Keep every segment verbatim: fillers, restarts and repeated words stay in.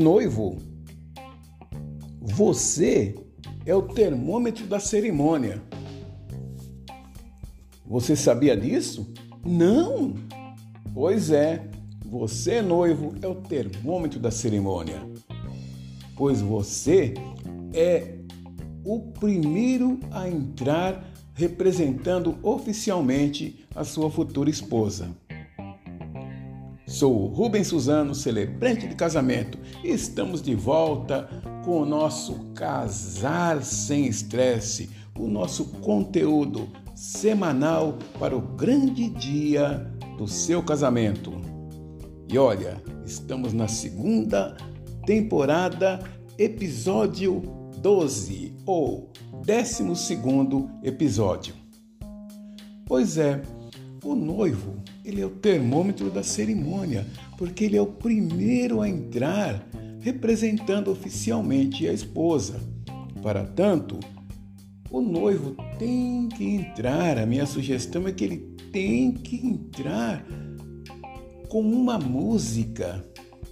Noivo, você é o termômetro da cerimônia. Você sabia disso? Não! Pois é, você, noivo, é o termômetro da cerimônia. Pois você é o primeiro a entrar representando oficialmente a sua futura esposa. Sou o Rubens Suzano, celebrante de casamento, e estamos de volta com o nosso Casar Sem Estresse, o nosso conteúdo semanal para o grande dia do seu casamento. E olha, estamos na segunda temporada, episódio doze, ou décimo segundo episódio. Pois é, o noivo, ele é o termômetro da cerimônia, porque ele é o primeiro a entrar representando oficialmente a esposa. Para tanto, o noivo tem que entrar, a minha sugestão é que ele tem que entrar com uma música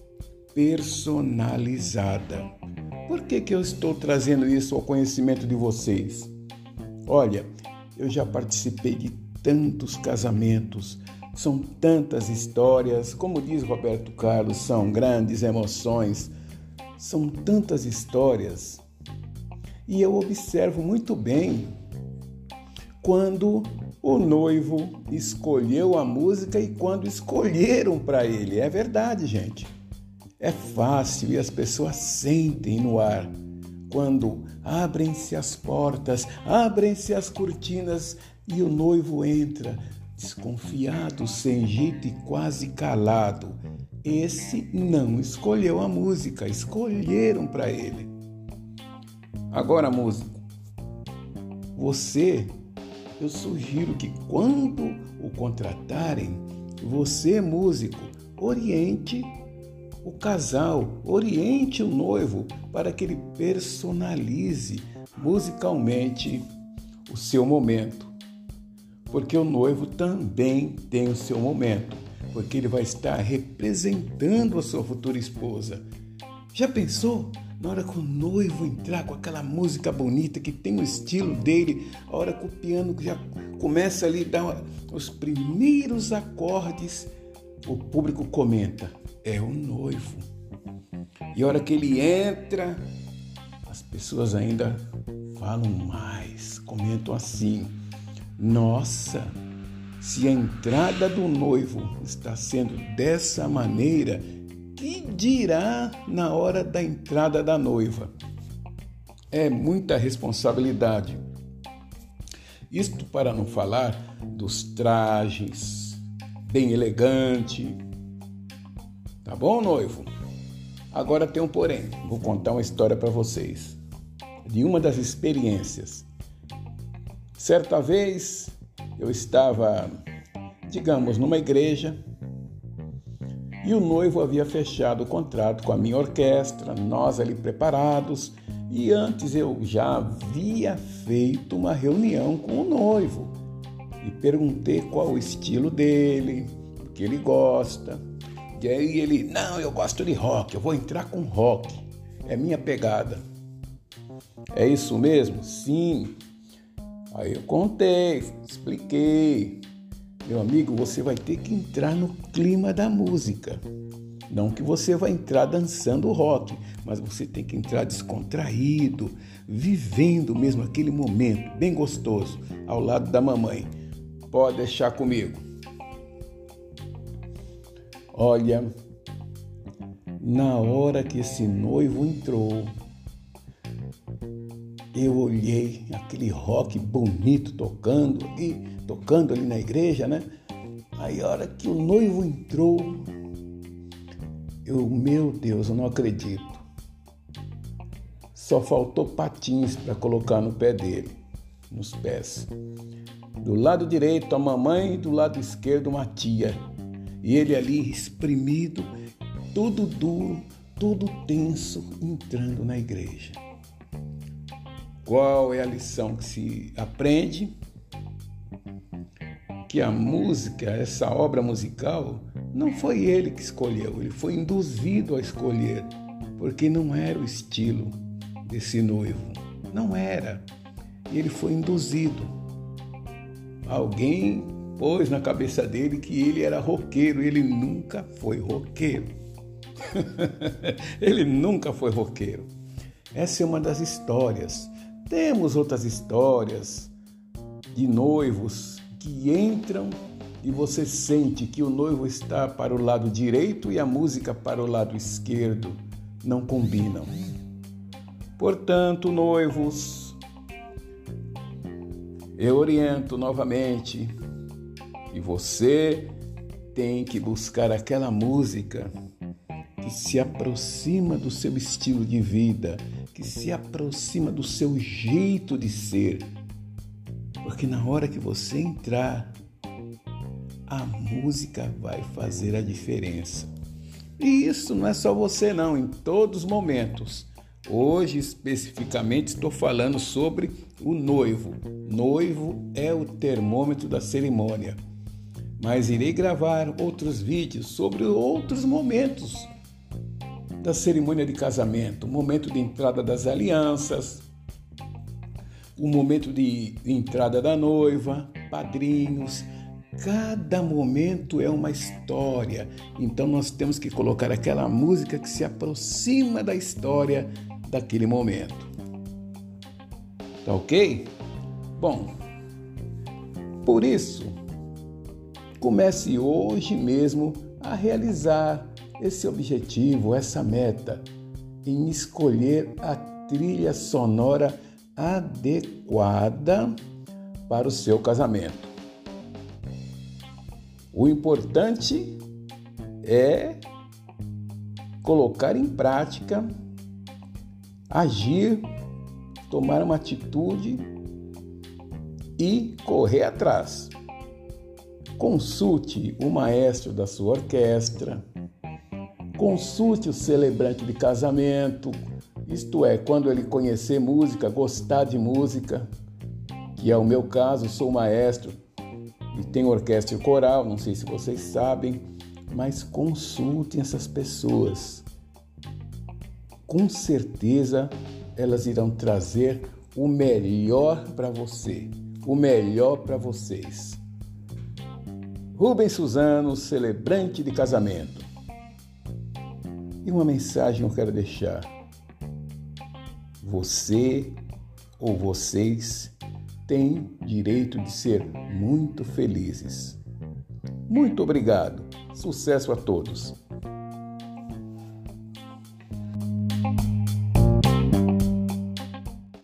personalizada. Por que que eu estou trazendo isso ao conhecimento de vocês? Olha, eu já participei de tantos casamentos, são tantas histórias, como diz Roberto Carlos, são grandes emoções, são tantas histórias. E eu observo muito bem quando o noivo escolheu a música e quando escolheram para ele. É verdade, gente. É fácil e as pessoas sentem no ar. Quando abrem-se as portas, abrem-se as cortinas e o noivo entra, desconfiado, sem jeito e quase calado. Esse não escolheu a música, escolheram para ele. Agora, músico, você, eu sugiro que quando o contratarem, você, músico, oriente o casal, oriente o noivo para que ele personalize musicalmente o seu momento. Porque o noivo também tem o seu momento, porque ele vai estar representando a sua futura esposa. Já pensou? Na hora que o noivo entrar com aquela música bonita que tem o estilo dele, a hora que o piano já começa ali a dar os primeiros acordes, o público comenta, é o noivo. E a hora que ele entra, as pessoas ainda falam mais, comentam assim, nossa, se a entrada do noivo está sendo dessa maneira, que dirá na hora da entrada da noiva? É muita responsabilidade. Isto para não falar dos trajes, bem elegante. Tá bom, noivo? Agora tem um porém. Vou contar uma história para vocês. De uma das experiências. Certa vez, eu estava, digamos, numa igreja, e o noivo havia fechado o contrato com a minha orquestra, nós ali preparados, e antes eu já havia feito uma reunião com o noivo e perguntei qual o estilo dele, o que ele gosta. E aí ele, não, eu gosto de rock, eu vou entrar com rock, é minha pegada. É isso mesmo? Sim. Aí eu contei, expliquei. Meu amigo, você vai ter que entrar no clima da música. Não que você vai entrar dançando rock, mas você tem que entrar descontraído, vivendo mesmo aquele momento bem gostoso, ao lado da mamãe. Pode deixar comigo. Olha, na hora que esse noivo entrou, eu olhei aquele rock bonito tocando e tocando ali na igreja, né? Aí a hora que o noivo entrou, eu, meu Deus, eu não acredito. Só faltou patins para colocar no pé dele, nos pés. Do lado direito a mamãe e do lado esquerdo uma tia. E ele ali espremido, todo duro, todo tenso, entrando na igreja. Qual é a lição que se aprende? Que a música, essa obra musical, não foi ele que escolheu, ele foi induzido a escolher, porque não era o estilo desse noivo. Não era. E ele foi induzido. Alguém pôs na cabeça dele que ele era roqueiro. Ele nunca foi roqueiro. Ele nunca foi roqueiro. Essa é uma das histórias. Temos outras histórias de noivos que entram e você sente que o noivo está para o lado direito e a música para o lado esquerdo. Não combinam. Portanto, noivos, eu oriento novamente que você tem que buscar aquela música que se aproxima do seu estilo de vida, que se aproxima do seu jeito de ser. Porque na hora que você entrar, a música vai fazer a diferença. E isso não é só você não, em todos os momentos. Hoje, especificamente, estou falando sobre o noivo. Noivo é o termômetro da cerimônia. Mas irei gravar outros vídeos sobre outros momentos da cerimônia de casamento. O momento de entrada das alianças, o momento de entrada da noiva, padrinhos. Cada momento é uma história. Então nós temos que colocar aquela música que se aproxima da história daquele momento. Tá ok? Bom, por isso, comece hoje mesmo a realizar esse objetivo, essa meta, em escolher a trilha sonora adequada para o seu casamento. O importante é colocar em prática, agir, tomar uma atitude e correr atrás. Consulte o maestro da sua orquestra, consulte o celebrante de casamento, isto é, quando ele conhecer música, gostar de música, que é o meu caso, sou maestro e tenho orquestra e coral, não sei se vocês sabem, mas consultem essas pessoas. Com certeza elas irão trazer o melhor para você, o melhor para vocês. Rubens Suzano, celebrante de casamento. E uma mensagem eu quero deixar. Você ou vocês têm direito de ser muito felizes. Muito obrigado. Sucesso a todos.